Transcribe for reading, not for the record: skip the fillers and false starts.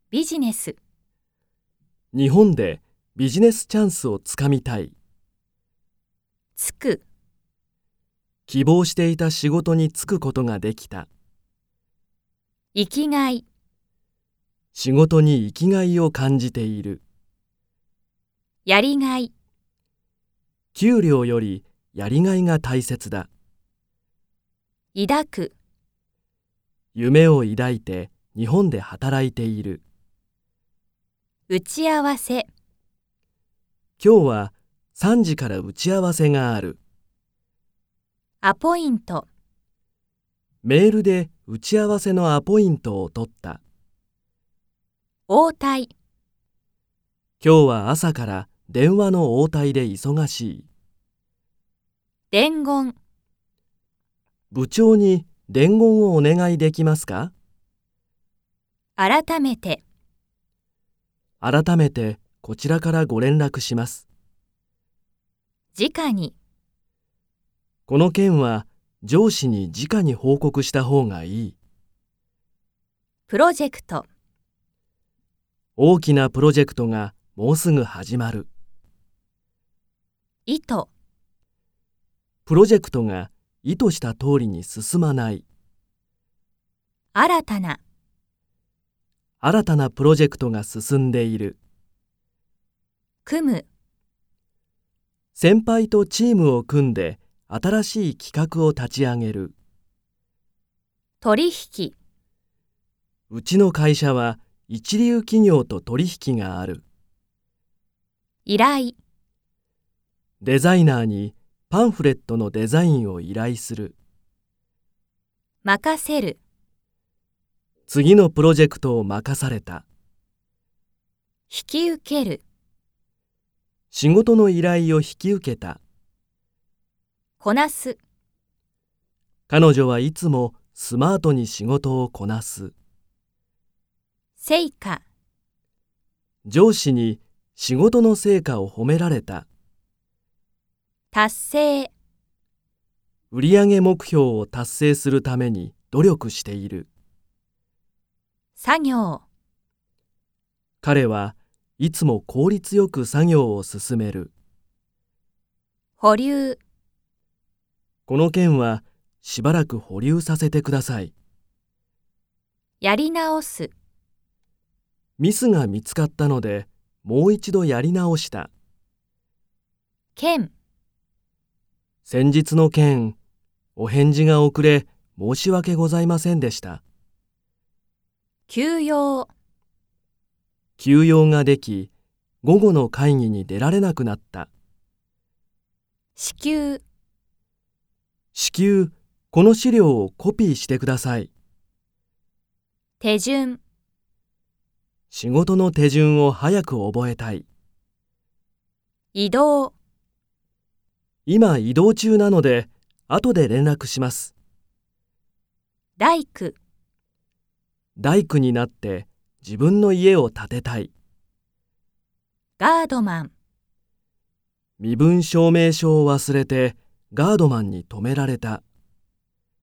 ビジネス。 日本でビジネスチャンスをつかみたい。 つく。 希望していた仕事に就くことができた。 生きがい。 仕事に生きがいを感じている。 やりがい。 給料よりやりがいが大切だ。 抱く。 夢を抱いて日本で働いている。 打ち合わせ。 今日は3時から打ち合わせがある。 アポイント。 メールで打ち合わせのアポイントを取った。 応対。 今日は朝から電話の応対で忙しい。 伝言。 部長に伝言をお願いできますか？ 改めて。 改めてこちらからご連絡します。 直に。 この件は上司に直に報告した方がいい。 プロジェクト。 大きなプロジェクトがもうすぐ始まる。 意図。 プロジェクトが意図した通りに進まない。 新たな。 新たなプロジェクトが進んでいる。 組む。 先輩とチームを組んで新しい企画を立ち上げる。 取引。 うちの会社は一流企業と取引がある。 依頼。 デザイナーにパンフレットのデザインを依頼する。 任せる。 次のプロジェクトを任された。 引き受ける。 仕事の依頼を引き受けた。 こなす。 彼女はいつもスマートに仕事をこなす。 成果。 上司に仕事の成果を褒められた。 達成。 売上目標を達成するために努力している。 作業。 彼はいつも効率よく作業を進める。 保留。 この件はしばらく保留させてください。 やり直す。 ミスが見つかったのでもう一度やり直した。 件。 先日の件、お返事が遅れ申し訳ございませんでした。 休養。 休養ができ、午後の会議に出られなくなった。 支給。 至急、この資料をコピーしてください。 手順。 仕事の手順を早く覚えたい。 移動。 今移動中なので、後で連絡します。 大工。 大工になって自分の家を建てたい。 ガードマン。 身分証明書を忘れてガードマンに止められた。